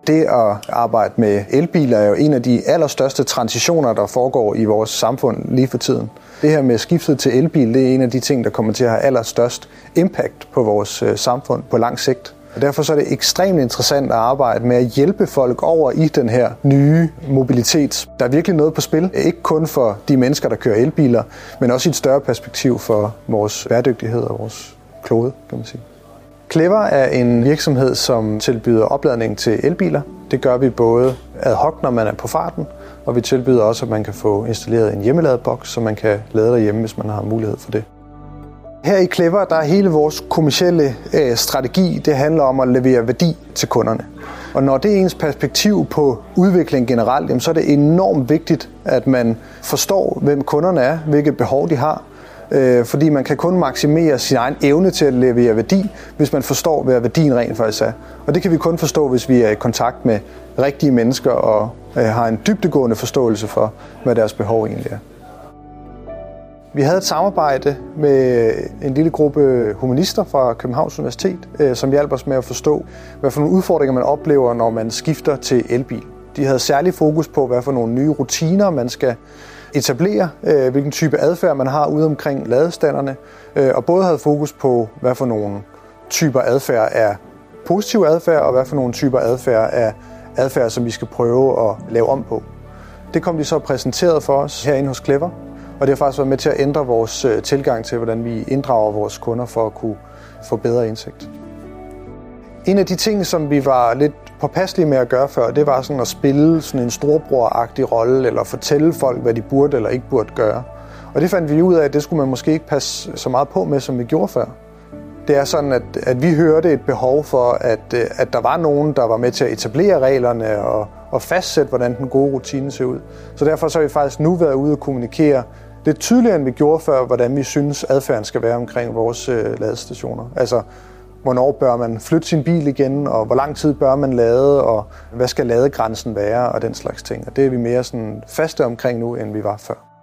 Det at arbejde med elbiler er jo en af de allerstørste transitioner, der foregår i vores samfund lige for tiden. Det her med skiftet til elbil, det er en af de ting, der kommer til at have allerstørst impact på vores samfund på lang sigt. Og derfor så er det ekstremt interessant at arbejde med at hjælpe folk over i den her nye mobilitet. Der er virkelig noget på spil, ikke kun for de mennesker, der kører elbiler, men også i et større perspektiv for vores bæredygtighed og vores klode, kan man sige. Clever er en virksomhed, som tilbyder opladning til elbiler. Det gør vi både ad hoc, når man er på farten, og vi tilbyder også, at man kan få installeret en hjemmeladeboks, så man kan lade derhjemme, hvis man har mulighed for det. Her i Clever, der er hele vores kommercielle strategi, det handler om at levere værdi til kunderne. Og når det er ens perspektiv på udvikling generelt, så er det enormt vigtigt, at man forstår, hvem kunderne er, hvilke behov de har. Fordi man kan kun maksimere sin egen evne til at levere værdi, hvis man forstår, hvad værdien rent faktisk er. Og det kan vi kun forstå, hvis vi er i kontakt med rigtige mennesker og har en dybdegående forståelse for, hvad deres behov egentlig er. Vi havde et samarbejde med en lille gruppe humanister fra Københavns Universitet, som hjalp os med at forstå, hvad for nogle udfordringer man oplever, når man skifter til elbil. De havde særlig fokus på, hvad for nogle nye rutiner man skal etablere, hvilken type adfærd man har ude omkring ladestanderne, og både havde fokus på, hvad for nogle typer adfærd er positiv adfærd, og hvad for nogle typer adfærd er adfærd, som vi skal prøve at lave om på. Det kom de så præsenteret for os herinde hos Clever, og det har faktisk været med til at ændre vores tilgang til, hvordan vi inddrager vores kunder for at kunne få bedre indsigt. En af de ting, som vi var lidt påpasselige med at gøre før, det var sådan at spille sådan en storbror-agtig rolle, eller fortælle folk, hvad de burde eller ikke burde gøre. Og det fandt vi ud af, at det skulle man måske ikke passe så meget på med, som vi gjorde før. Det er sådan, at vi hørte et behov for, at der var nogen, der var med til at etablere reglerne og fastsætte, hvordan den gode rutine ser ud. Så derfor så har vi faktisk nu været ude og kommunikere lidt tydeligere, end vi gjorde før, hvordan vi synes, adfærden skal være omkring vores ladestationer. Altså, hvornår bør man flytte sin bil igen, og hvor lang tid bør man lade, og hvad skal ladegrænsen være, og den slags ting. Og det er vi mere sådan faste omkring nu, end vi var før.